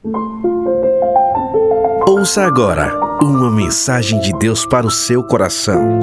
Ouça agora uma mensagem de Deus para o seu coração.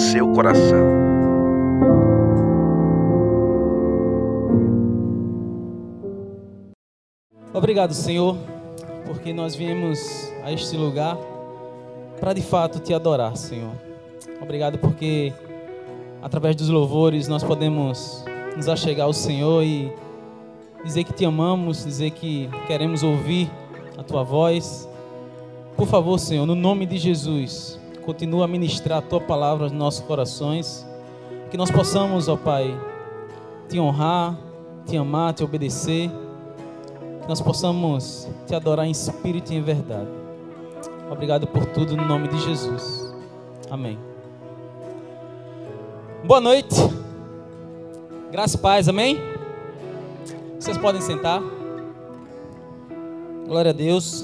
Obrigado, Senhor, porque nós viemos a este lugar para de fato te adorar, Senhor. Obrigado porque através dos louvores nós podemos nos achegar ao Senhor e dizer que te amamos, dizer que queremos ouvir a tua voz. Por favor, Senhor, no nome de Jesus, continua a ministrar a tua palavra aos nossos corações, que nós possamos, ó Pai, te honrar, te amar, te obedecer, que nós possamos te adorar em espírito e em verdade. Obrigado por tudo no nome de Jesus. Amém. Boa noite. Graça e paz, amém? Vocês podem sentar. Glória a Deus.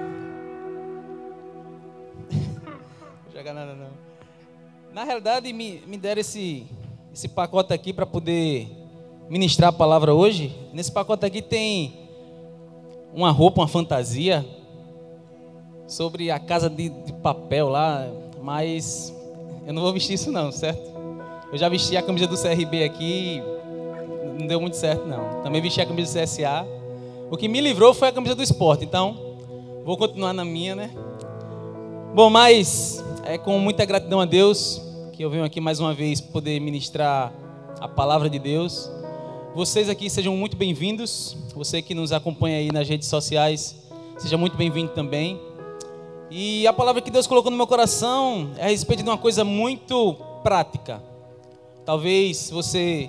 Não joga nada não. Na realidade, me deram esse pacote aqui para poder ministrar a palavra hoje. Nesse pacote aqui tem uma roupa, uma fantasia sobre a casa de papel lá, mas eu não vou vestir isso não, certo? Eu já vesti a camisa do CRB aqui, não deu muito certo não. Também vesti a camisa do CSA. O que me livrou foi a camisa do esporte, então vou continuar na minha, né? Bom, mas é com muita gratidão a Deus que eu venho aqui mais uma vez poder ministrar a palavra de Deus. Vocês aqui sejam muito bem-vindos. Você que nos acompanha aí nas redes sociais, seja muito bem-vindo também. E a palavra que Deus colocou no meu coração é a respeito de uma coisa muito prática. Talvez você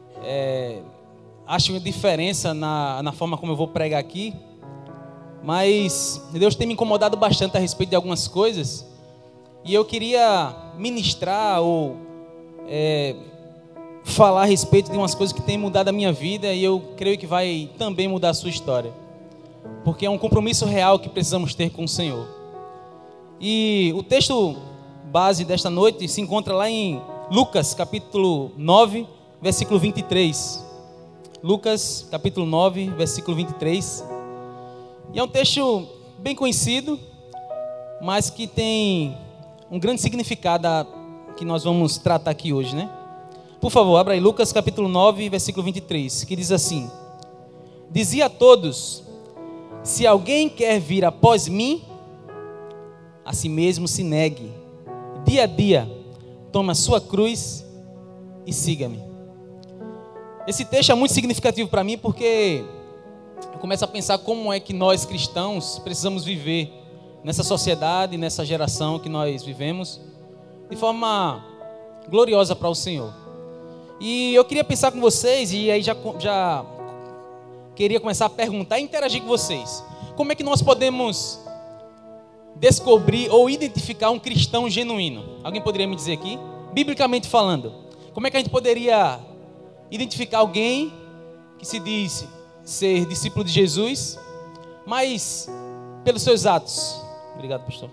ache uma diferença na forma como eu vou pregar aqui, mas Deus tem me incomodado bastante a respeito de algumas coisas, e eu queria ministrar ou falar a respeito de umas coisas que têm mudado a minha vida, e eu creio que vai também mudar a sua história, porque é um compromisso real que precisamos ter com o Senhor. E o texto base desta noite se encontra lá em Lucas, capítulo 9, versículo 23. Lucas, capítulo 9, versículo 23. E é um texto bem conhecido, mas que tem um grande significado que nós vamos tratar aqui hoje, né? Por favor, abra aí Lucas, capítulo 9, versículo 23, que diz assim: Dizia a todos: se alguém quer vir após mim, a si mesmo se negue, dia a dia, toma a sua cruz e siga-me. Esse texto é muito significativo para mim porque eu começo a pensar como é que nós cristãos precisamos viver nessa sociedade, nessa geração que nós vivemos, de forma gloriosa para o Senhor. E eu queria pensar com vocês, e aí já queria começar a perguntar e interagir com vocês. Como é que nós podemos descobrir ou identificar um cristão genuíno? Alguém poderia me dizer aqui? Biblicamente falando, como é que a gente poderia identificar alguém que se diz ser discípulo de Jesus, mas pelos seus atos? Obrigado, pastor.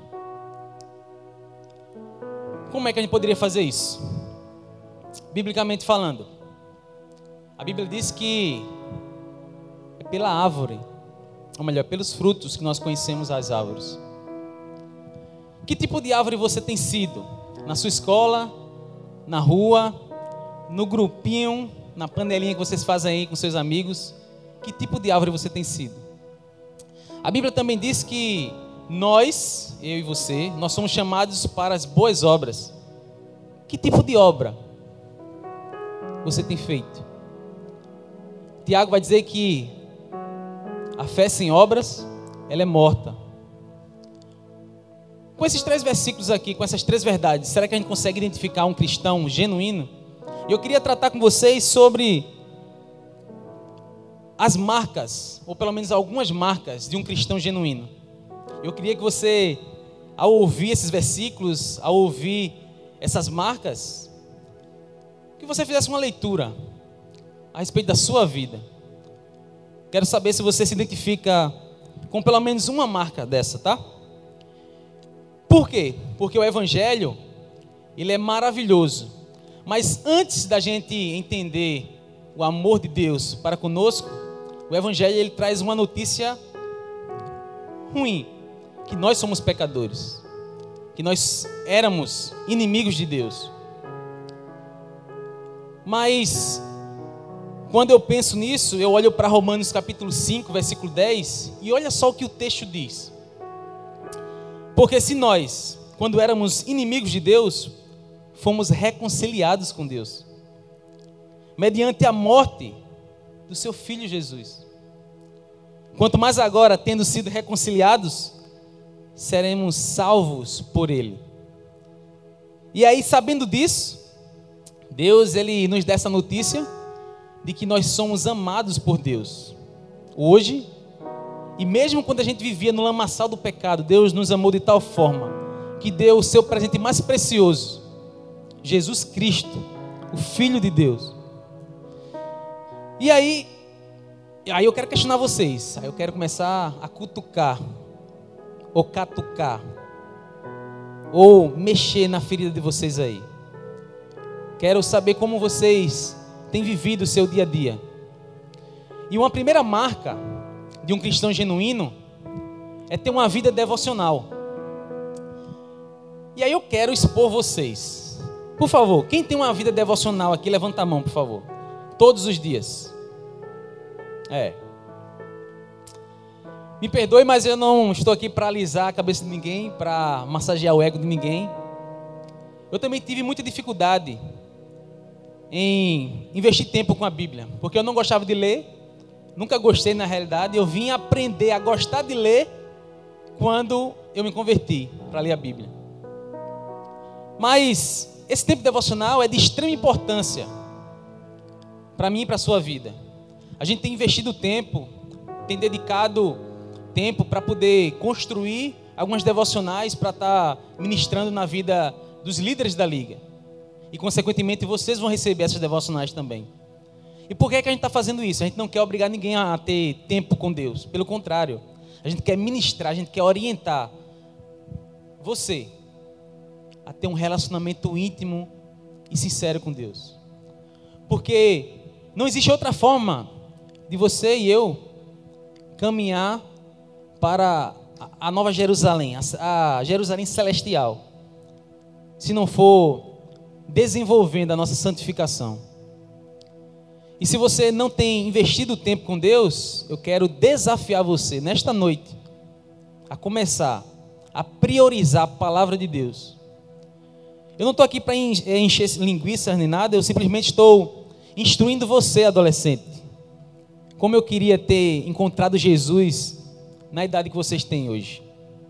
Como é que a gente poderia fazer isso? Biblicamente falando, a Bíblia diz que é pela árvore, ou melhor, pelos frutos que nós conhecemos as árvores. Que tipo de árvore você tem sido? Na sua escola, na rua, no grupinho, na panelinha que vocês fazem aí com seus amigos? Que tipo de árvore você tem sido? A Bíblia também diz que nós, eu e você, nós somos chamados para as boas obras. Que tipo de obra você tem feito? Tiago vai dizer que a fé sem obras, ela é morta. Com esses 3 versículos aqui, com essas 3 verdades, será que a gente consegue identificar um cristão genuíno? Eu queria tratar com vocês sobre as marcas, ou pelo menos algumas marcas de um cristão genuíno. Eu queria que você, ao ouvir esses versículos, ao ouvir essas marcas, que você fizesse uma leitura a respeito da sua vida. Quero saber se você se identifica com pelo menos uma marca dessa, tá? Por quê? Porque o Evangelho, ele é maravilhoso. Mas antes da gente entender o amor de Deus para conosco, o Evangelho ele traz uma notícia ruim, que nós somos pecadores, que nós éramos inimigos de Deus. Mas quando eu penso nisso, eu olho para Romanos capítulo 5, versículo 10, e olha só o que o texto diz. Porque se nós, quando éramos inimigos de Deus, fomos reconciliados com Deus, mediante a morte do seu Filho Jesus, quanto mais agora, tendo sido reconciliados, seremos salvos por Ele. E aí, sabendo disso, Deus, Ele nos dá essa notícia de que nós somos amados por Deus. Hoje, e mesmo quando a gente vivia no lamaçal do pecado, Deus nos amou de tal forma que deu o seu presente mais precioso, Jesus Cristo, o Filho de Deus. E aí eu quero questionar vocês. Aí eu quero começar a cutucar, ou catucar, ou mexer na ferida de vocês aí. Quero saber como vocês têm vivido o seu dia a dia. E uma primeira marca de um cristão genuíno é ter uma vida devocional. E aí eu quero expor vocês. Por favor, quem tem uma vida devocional aqui, levanta a mão, por favor. Todos os dias. Me perdoe, mas eu não estou aqui para alisar a cabeça de ninguém, para massagear o ego de ninguém. Eu também tive muita dificuldade em investir tempo com a Bíblia, porque eu não gostava de ler, nunca gostei na realidade. Eu vim aprender a gostar de ler quando eu me converti para ler a Bíblia. Mas esse tempo devocional é de extrema importância para mim e para a sua vida. A gente tem investido tempo, tem dedicado tempo para poder construir algumas devocionais para estar ministrando na vida dos líderes da liga. E consequentemente vocês vão receber essas devocionais também. E por que é que a gente está fazendo isso? A gente não quer obrigar ninguém a ter tempo com Deus. Pelo contrário, a gente quer ministrar, a gente quer orientar você a ter um relacionamento íntimo e sincero com Deus. Porque não existe outra forma de você e eu caminhar para a Nova Jerusalém, a Jerusalém celestial, se não for desenvolvendo a nossa santificação. E se você não tem investido tempo com Deus, eu quero desafiar você nesta noite a começar a priorizar a palavra de Deus. Eu não estou aqui para encher linguiças nem nada, eu simplesmente estou instruindo você, adolescente, como eu queria ter encontrado Jesus na idade que vocês têm hoje.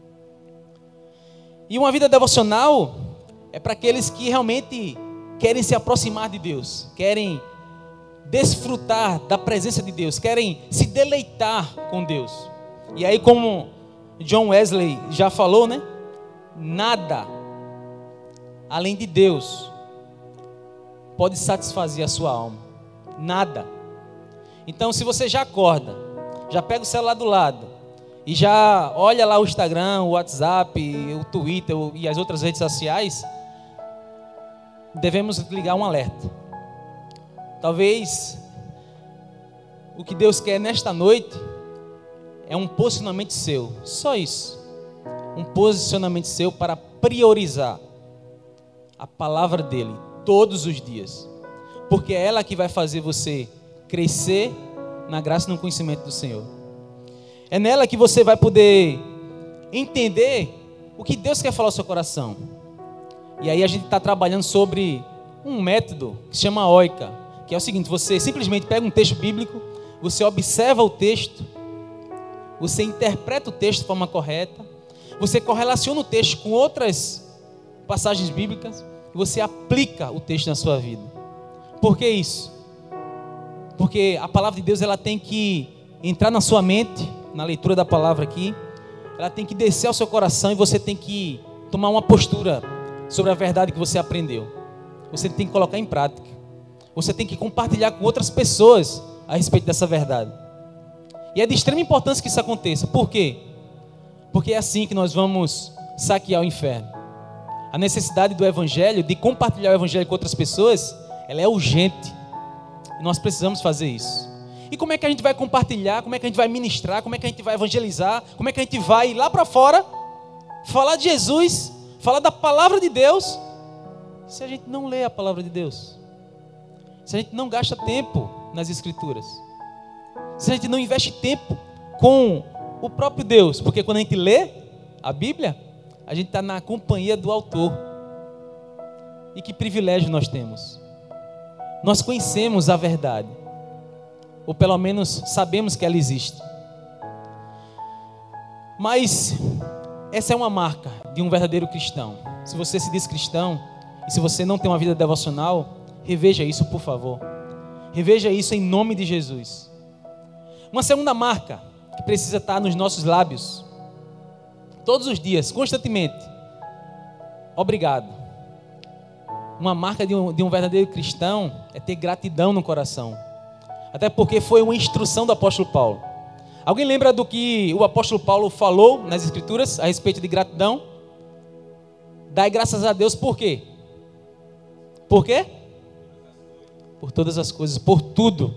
E uma vida devocional é para aqueles que realmente querem se aproximar de Deus, querem desfrutar da presença de Deus, querem se deleitar com Deus. E aí, como John Wesley já falou, né? Nada além de Deus pode satisfazer a sua alma. Nada. Então, se você já acorda, já pega o celular do lado e já olha lá o Instagram, o WhatsApp, o Twitter e as outras redes sociais, devemos ligar um alerta. Talvez o que Deus quer nesta noite é um posicionamento seu, só isso. Um posicionamento seu para priorizar a palavra dele todos os dias, porque é ela que vai fazer você crescer na graça e no conhecimento do Senhor. É nela que você vai poder entender o que Deus quer falar ao seu coração. E aí a gente está trabalhando sobre um método que se chama OICA, que é o seguinte: você simplesmente pega um texto bíblico, você observa o texto, você interpreta o texto de forma correta, você correlaciona o texto com outras passagens bíblicas e você aplica o texto na sua vida. Por que isso? Porque a palavra de Deus, ela tem que entrar na sua mente, na leitura da palavra aqui, ela tem que descer ao seu coração e você tem que tomar uma postura sobre a verdade que você aprendeu. Você tem que colocar em prática. Você tem que compartilhar com outras pessoas a respeito dessa verdade. E é de extrema importância que isso aconteça. Por quê? Porque é assim que nós vamos saquear o inferno. A necessidade do evangelho, de compartilhar o evangelho com outras pessoas, ela é urgente. E nós precisamos fazer isso. E como é que a gente vai compartilhar? Como é que a gente vai ministrar? Como é que a gente vai evangelizar? Como é que a gente vai ir lá para fora, falar de Jesus, falar da palavra de Deus, se a gente não lê a palavra de Deus? Se a gente não gasta tempo nas Escrituras? Se a gente não investe tempo com o próprio Deus? Porque quando a gente lê a Bíblia, a gente está na companhia do autor. E que privilégio nós temos. Nós conhecemos a verdade, ou pelo menos sabemos que ela existe. Mas essa é uma marca de um verdadeiro cristão. Se você se diz cristão, e se você não tem uma vida devocional, reveja isso, por favor. Reveja isso em nome de Jesus. Uma segunda marca que precisa estar nos nossos lábios, todos os dias, constantemente: obrigado. Uma marca de um verdadeiro cristão é ter gratidão no coração. Até porque foi uma instrução do apóstolo Paulo. Alguém lembra do que o apóstolo Paulo falou nas Escrituras a respeito de gratidão? Dai graças a Deus por quê? Por quê? Por todas as coisas, por tudo.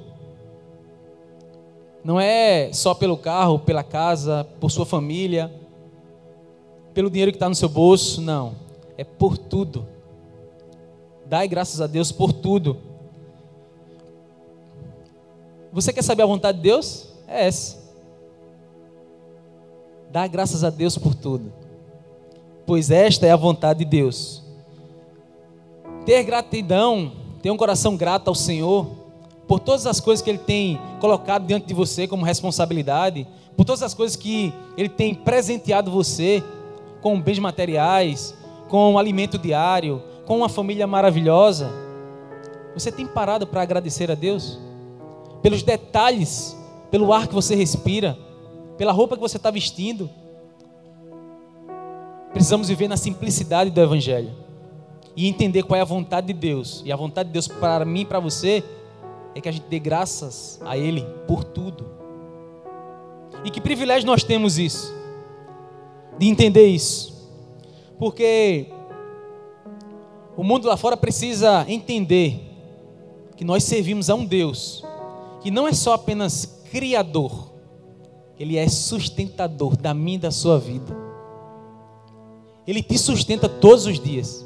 Não é só pelo carro, pela casa, por sua família, pelo dinheiro que está no seu bolso, não. É por tudo. Dai graças a Deus por tudo. Você quer saber a vontade de Deus? É essa. Dá graças a Deus por tudo, pois esta é a vontade de Deus. Ter gratidão, ter um coração grato ao Senhor, por todas as coisas que Ele tem colocado diante de você como responsabilidade, por todas as coisas que Ele tem presenteado você, com bens materiais, com um alimento diário, com uma família maravilhosa. Você tem parado para agradecer a Deus? Pelos detalhes, pelo ar que você respira, pela roupa que você está vestindo. Precisamos viver na simplicidade do Evangelho e entender qual é a vontade de Deus. E a vontade de Deus para mim e para você é que a gente dê graças a Ele por tudo. E que privilégio nós temos isso, de entender isso, porque o mundo lá fora precisa entender que nós servimos a um Deus que não é só apenas criador, Ele é sustentador da minha e da sua vida. Ele te sustenta todos os dias.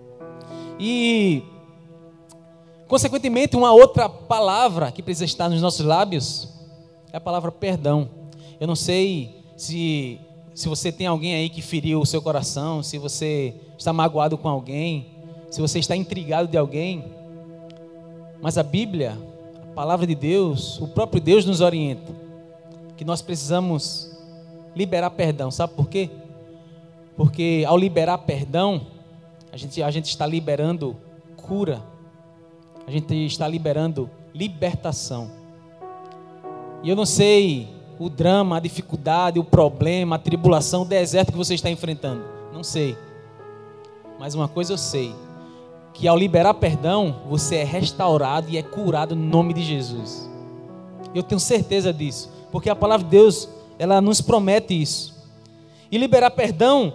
E, consequentemente, uma outra palavra que precisa estar nos nossos lábios é a palavra perdão. Eu não sei se você tem alguém aí que feriu o seu coração, se você está magoado com alguém, se você está intrigado de alguém, mas a Bíblia, a palavra de Deus, o próprio Deus nos orienta que nós precisamos liberar perdão. Sabe por quê? Porque ao liberar perdão, a gente está liberando cura, a gente está liberando libertação. E eu não sei o drama, a dificuldade, o problema, a tribulação, o deserto que você está enfrentando, não sei, mas uma coisa eu sei, que ao liberar perdão, você é restaurado e é curado no nome de Jesus. Eu tenho certeza disso, porque a palavra de Deus, ela nos promete isso. E liberar perdão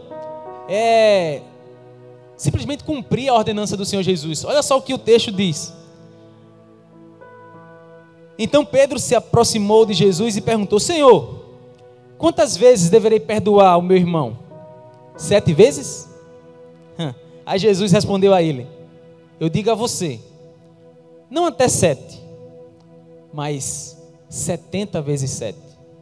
é simplesmente cumprir a ordenança do Senhor Jesus. Olha só o que o texto diz. Então Pedro se aproximou de Jesus e perguntou: Senhor, quantas vezes deverei perdoar o meu irmão? 7 vezes? Aí Jesus respondeu a ele: eu digo a você, não até 7, mas 70 vezes 7.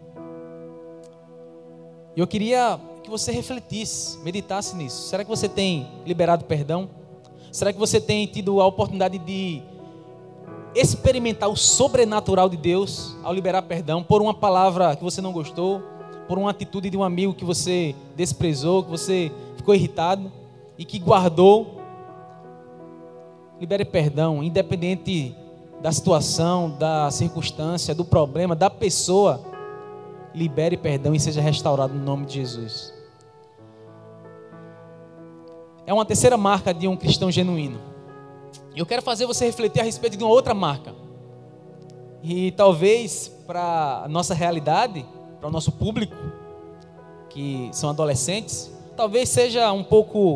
E eu queria que você refletisse, meditasse nisso. Será que você tem liberado perdão? Será que você tem tido a oportunidade de experimentar o sobrenatural de Deus ao liberar perdão por uma palavra que você não gostou, por uma atitude de um amigo que você desprezou, que você ficou irritado e que guardou? Libere perdão, independente da situação, da circunstância, do problema, da pessoa. Libere perdão e seja restaurado no nome de Jesus. É uma terceira marca de um cristão genuíno. E eu quero fazer você refletir a respeito de uma outra marca. E talvez para a nossa realidade, para o nosso público, que são adolescentes, talvez seja um pouco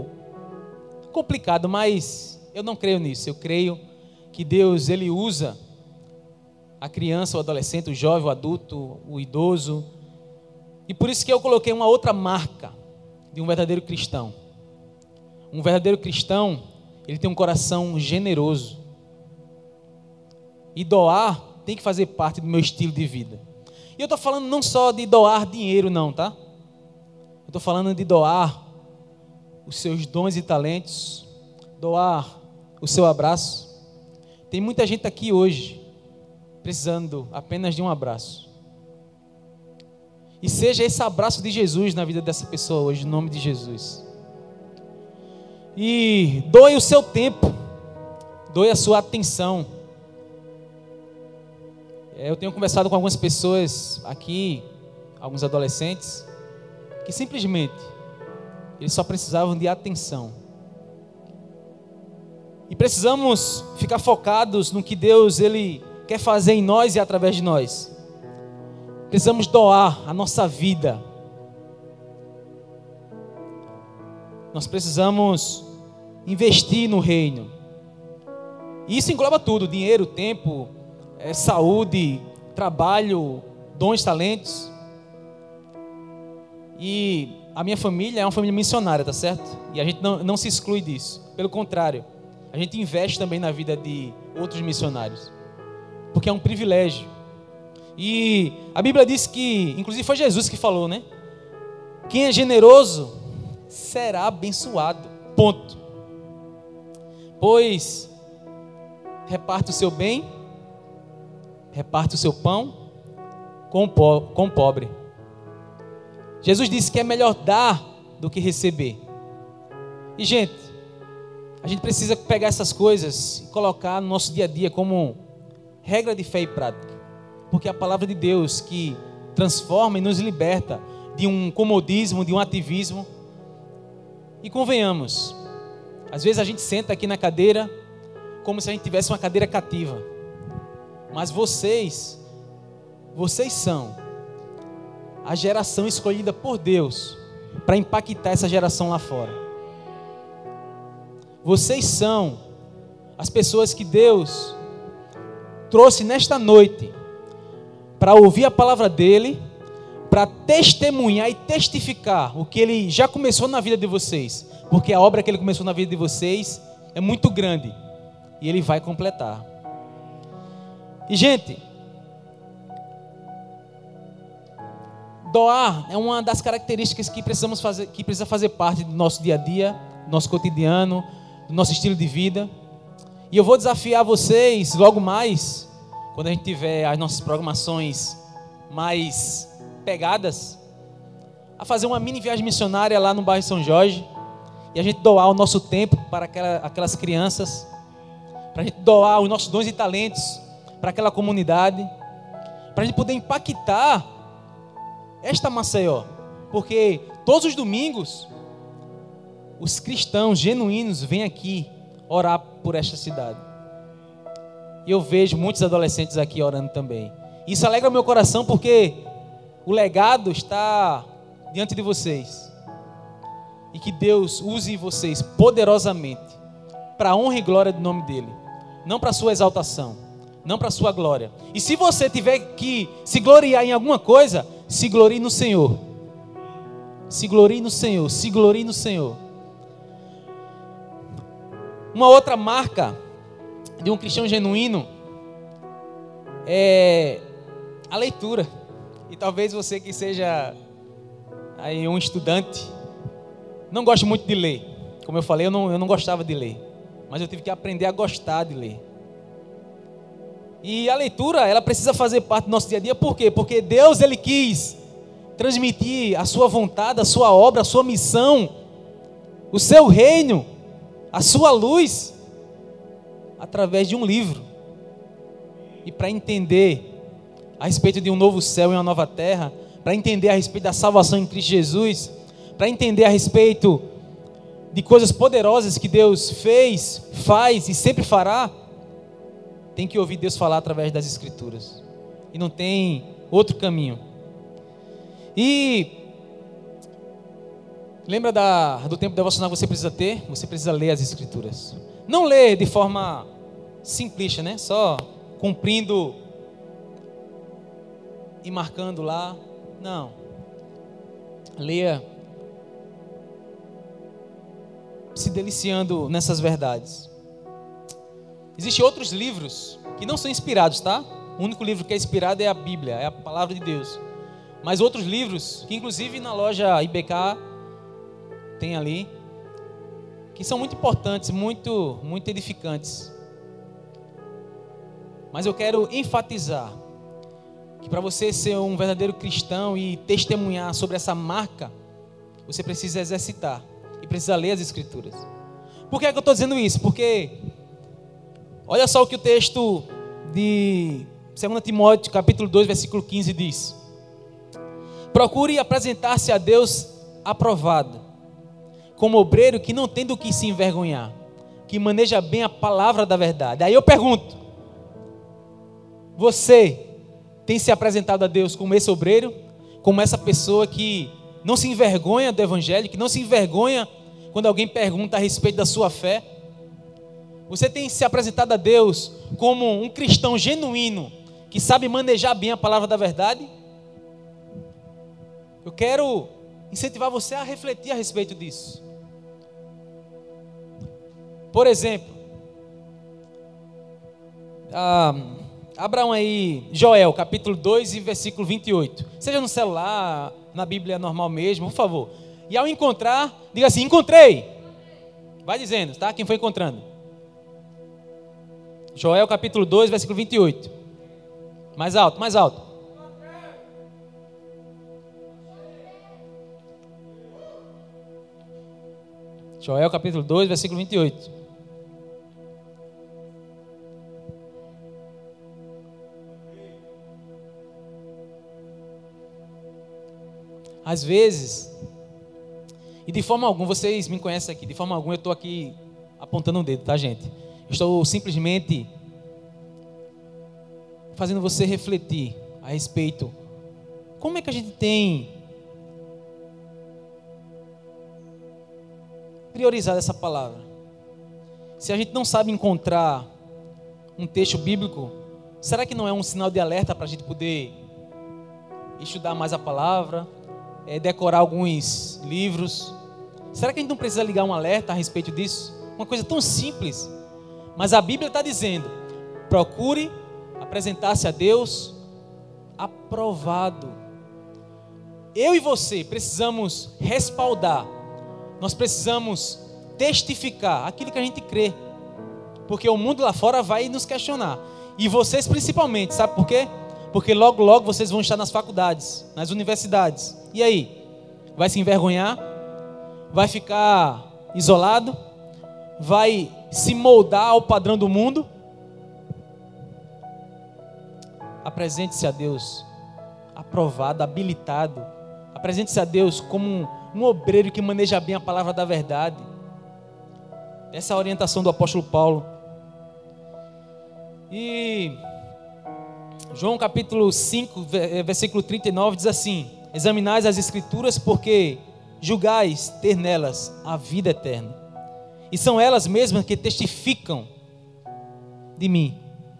complicado, mas eu não creio nisso. Eu creio que Deus, Ele usa a criança, o adolescente, o jovem, o adulto, o idoso. E por isso que eu coloquei uma outra marca de um verdadeiro cristão. Um verdadeiro cristão, ele tem um coração generoso. E doar tem que fazer parte do meu estilo de vida. E eu estou falando não só de doar dinheiro não, tá? Eu estou falando de doar os seus dons e talentos, doar o seu abraço. Tem muita gente aqui hoje precisando apenas de um abraço. E seja esse abraço de Jesus na vida dessa pessoa hoje, em nome de Jesus. E doe o seu tempo, doe a sua atenção. Eu tenho conversado com algumas pessoas aqui, alguns adolescentes, que simplesmente eles só precisavam de atenção. E precisamos ficar focados no que Deus ele quer fazer em nós e através de nós. Precisamos doar a nossa vida. Nós precisamos investir no reino. E isso engloba tudo: dinheiro, tempo, saúde, trabalho, dons, talentos. E a minha família é uma família missionária, tá certo? E a gente não se exclui disso. Pelo contrário, a gente investe também na vida de outros missionários, porque é um privilégio. E a Bíblia diz que, inclusive foi Jesus que falou, né? Quem é generoso será abençoado. Ponto. Pois reparte o seu bem, reparte o seu pão com o pobre. Jesus disse que é melhor dar do que receber. E gente, a gente precisa pegar essas coisas e colocar no nosso dia a dia como regra de fé e prática. Porque é a palavra de Deus que transforma e nos liberta de um comodismo, de um ativismo. E convenhamos, às vezes a gente senta aqui na cadeira como se a gente tivesse uma cadeira cativa. Mas vocês são a geração escolhida por Deus para impactar essa geração lá fora. Vocês são as pessoas que Deus trouxe nesta noite para ouvir a palavra dele, para testemunhar e testificar o que ele já começou na vida de vocês, porque a obra que ele começou na vida de vocês é muito grande e ele vai completar. E gente, doar é uma das características que precisamos fazer, que precisa fazer parte do nosso dia a dia, do nosso cotidiano, do nosso estilo de vida. E eu vou desafiar vocês logo mais, quando a gente tiver as nossas programações mais pegadas, a fazer uma mini viagem missionária lá no bairro São Jorge, e a gente doar o nosso tempo para aquelas crianças, para a gente doar os nossos dons e talentos para aquela comunidade, para a gente poder impactar esta Maceió, porque todos os domingos os cristãos genuínos vêm aqui orar por esta cidade. E eu vejo muitos adolescentes aqui orando também. Isso alegra o meu coração, porque o legado está diante de vocês. E que Deus use vocês poderosamente para a honra e glória do nome dEle. Não para a sua exaltação, não para a sua glória. E se você tiver que se gloriar em alguma coisa, se glorie no Senhor. Se glorie no Senhor, se glorie no Senhor. Uma outra marca de um cristão genuíno é a leitura. E talvez você que seja aí um estudante não goste muito de ler. Como eu falei, eu não gostava de ler, mas eu tive que aprender a gostar de ler. E a leitura, ela precisa fazer parte do nosso dia a dia. Por quê? Porque Deus, Ele quis transmitir a sua vontade, a sua obra, a sua missão, o seu reino, a sua luz, através de um livro. E para entender a respeito de um novo céu e uma nova terra, para entender a respeito da salvação em Cristo Jesus, para entender a respeito de coisas poderosas que Deus fez, faz e sempre fará, tem que ouvir Deus falar através das Escrituras. E não tem outro caminho. E lembra do tempo devocional que você precisa ter? Você precisa ler as Escrituras. Não ler de forma simplista, né? Só cumprindo e marcando lá. Não. Leia se deliciando nessas verdades. Existem outros livros que não são inspirados, tá? O único livro que é inspirado é a Bíblia, é a palavra de Deus. Mas outros livros, que inclusive na loja IBK tem ali, que são muito importantes, muito edificantes. Mas eu quero enfatizar que para você ser um verdadeiro cristão e testemunhar sobre essa marca, você precisa exercitar e precisa ler as Escrituras. Por que é que eu estou dizendo isso? Porque olha só o que o texto de 2 Timóteo, capítulo 2, versículo 15 diz: procure apresentar-se a Deus aprovado, como obreiro que não tem do que se envergonhar, que maneja bem a palavra da verdade. Aí eu pergunto, você tem se apresentado a Deus como esse obreiro, como essa pessoa que não se envergonha do Evangelho, que não se envergonha quando alguém pergunta a respeito da sua fé? Você tem se apresentado a Deus como um cristão genuíno, que sabe manejar bem a palavra da verdade? Eu quero incentivar você a refletir a respeito disso. Por exemplo, abram aí Joel, capítulo 2 e versículo 28. Seja no celular, na Bíblia normal mesmo, por favor. E ao encontrar, diga assim: encontrei. Vai dizendo, tá? Quem foi encontrando? Joel, capítulo 2, versículo 28. Mais alto, mais alto. Joel, capítulo 2, versículo 28. Às vezes, e de forma alguma, vocês me conhecem aqui, de forma alguma eu estou aqui apontando um dedo, tá, gente? Estou simplesmente fazendo você refletir a respeito. Como é que a gente tem priorizado essa palavra? Se a gente não sabe encontrar um texto bíblico, será que não é um sinal de alerta para a gente poder estudar mais a palavra, decorar alguns livros? Será que a gente não precisa ligar um alerta a respeito disso? Uma coisa tão simples. Mas a Bíblia está dizendo: procure apresentar-se a Deus aprovado. Eu e você precisamos respaldar, nós precisamos testificar aquilo que a gente crê, porque o mundo lá fora vai nos questionar, e vocês principalmente, sabe por quê? Porque logo logo vocês vão estar nas faculdades, nas universidades, e aí? Vai se envergonhar? Vai ficar isolado? Vai se moldar ao padrão do mundo? Apresente-se a Deus aprovado, habilitado. Apresente-se a Deus como um obreiro que maneja bem a palavra da verdade. Essa é a orientação do apóstolo Paulo. E João capítulo 5, versículo 39 diz assim: examinais as Escrituras, porque julgais ter nelas a vida eterna, e são elas mesmas que testificam de mim.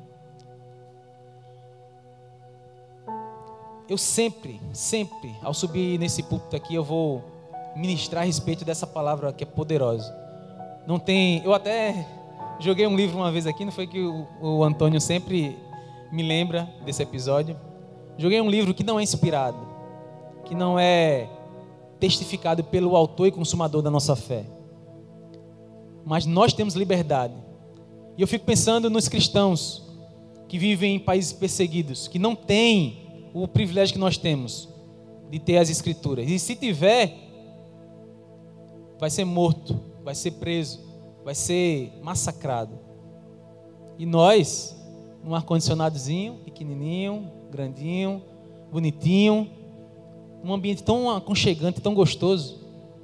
Eu sempre, ao subir nesse púlpito aqui, eu vou ministrar a respeito dessa palavra que é poderosa. Não tem, eu até joguei um livro uma vez aqui, não foi que o Antônio sempre me lembra desse episódio. Joguei um livro que não é inspirado, que não é testificado pelo autor e consumador da nossa fé. Mas nós temos liberdade. E eu fico pensando nos cristãos que vivem em países perseguidos, que não têm o privilégio que nós temos de ter as Escrituras. E se tiver, vai ser morto, vai ser preso, vai ser massacrado. E nós, num ar-condicionadozinho, pequenininho, grandinho, bonitinho, num ambiente tão aconchegante, tão gostoso.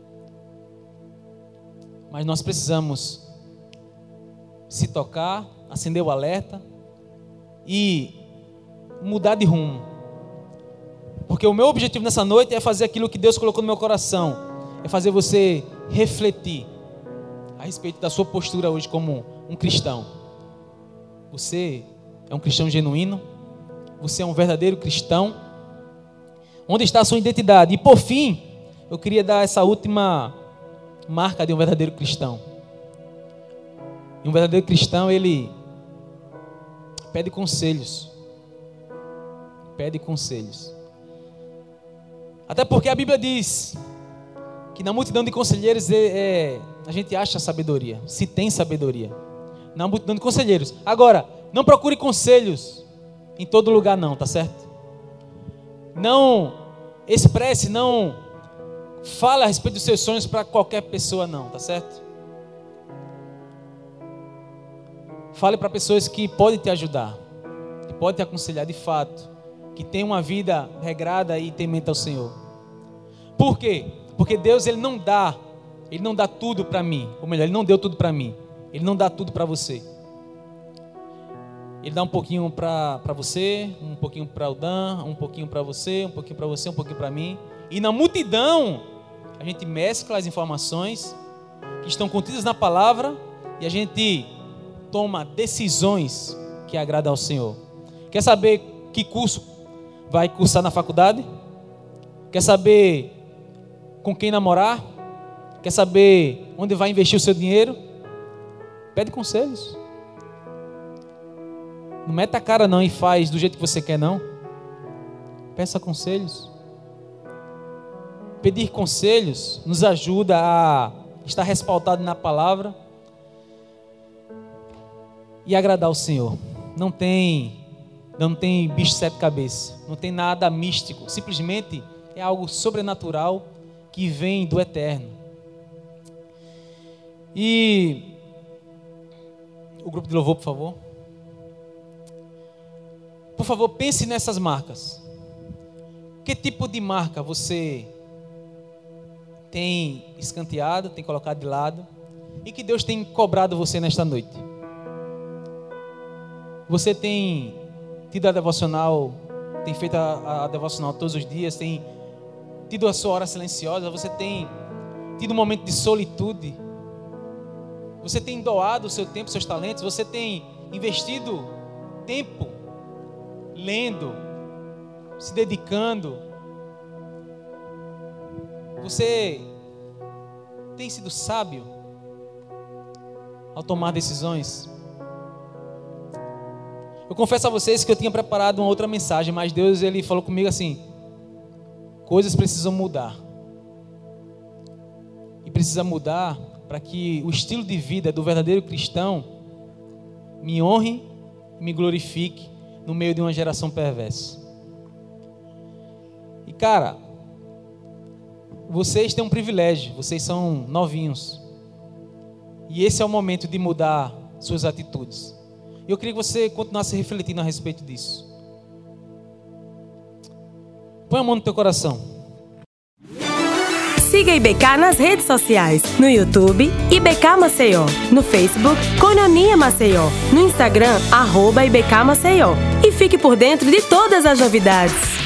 Mas nós precisamos se tocar, acender o alerta e mudar de rumo. Porque o meu objetivo nessa noite é fazer aquilo que Deus colocou no meu coração. É fazer você refletir a respeito da sua postura hoje como um cristão. Você é um cristão genuíno? Você é um verdadeiro cristão? Onde está a sua identidade? E por fim, eu queria dar essa última marca de um verdadeiro cristão. E um verdadeiro cristão, ele pede conselhos. Pede conselhos. Até porque a Bíblia diz que na multidão de conselheiros a gente acha sabedoria. Se tem sabedoria. Na multidão de conselheiros. Agora, não procure conselhos em todo lugar não, tá certo? Não expresse, não fale a respeito dos seus sonhos para qualquer pessoa não, tá certo? Fale para pessoas que podem te ajudar, que podem te aconselhar de fato, que tem uma vida regrada e temente ao Senhor. Por quê? Porque Deus ele não dá tudo para mim, ou melhor, Ele não deu tudo para mim, Ele não dá tudo para você. Ele dá um pouquinho para você, um pouquinho para o Dan, um pouquinho para você, um pouquinho para você, um pouquinho para mim. E na multidão, a gente mescla as informações que estão contidas na palavra e a gente toma decisões que agradam ao Senhor. Quer saber que curso vai cursar na faculdade? Quer saber com quem namorar? Quer saber onde vai investir o seu dinheiro? Pede conselhos. Não meta a cara não e faz do jeito que você quer não. Peça conselhos. Pedir conselhos nos ajuda a estar respaldado na palavra e agradar o Senhor. Não tem bicho de sete cabeças. Não tem nada místico. Simplesmente é algo sobrenatural que vem do eterno. E o grupo de louvor, por favor. Por favor, pense nessas marcas. Que tipo de marca você tem escanteado, tem colocado de lado e que Deus tem cobrado você nesta noite? Você tem tido a devocional, tem feito a devocional todos os dias, tem tido a sua hora silenciosa, você tem tido um momento de solitude, você tem doado o seu tempo, seus talentos, você tem investido tempo lendo, se dedicando. Você tem sido sábio ao tomar decisões? Eu confesso a vocês que eu tinha preparado uma outra mensagem, mas Deus ele falou comigo assim: coisas precisam mudar. E precisa mudar para que o estilo de vida do verdadeiro cristão me honre e me glorifique no meio de uma geração perversa. E cara, vocês têm um privilégio, vocês são novinhos. E esse é o momento de mudar suas atitudes. E eu queria que você continuasse refletindo a respeito disso. Põe a mão no teu coração. Siga IBK nas redes sociais. No YouTube, IBK Maceió. No Facebook, Coinonia Maceió. No Instagram, @IBK Maceió. E fique por dentro de todas as novidades.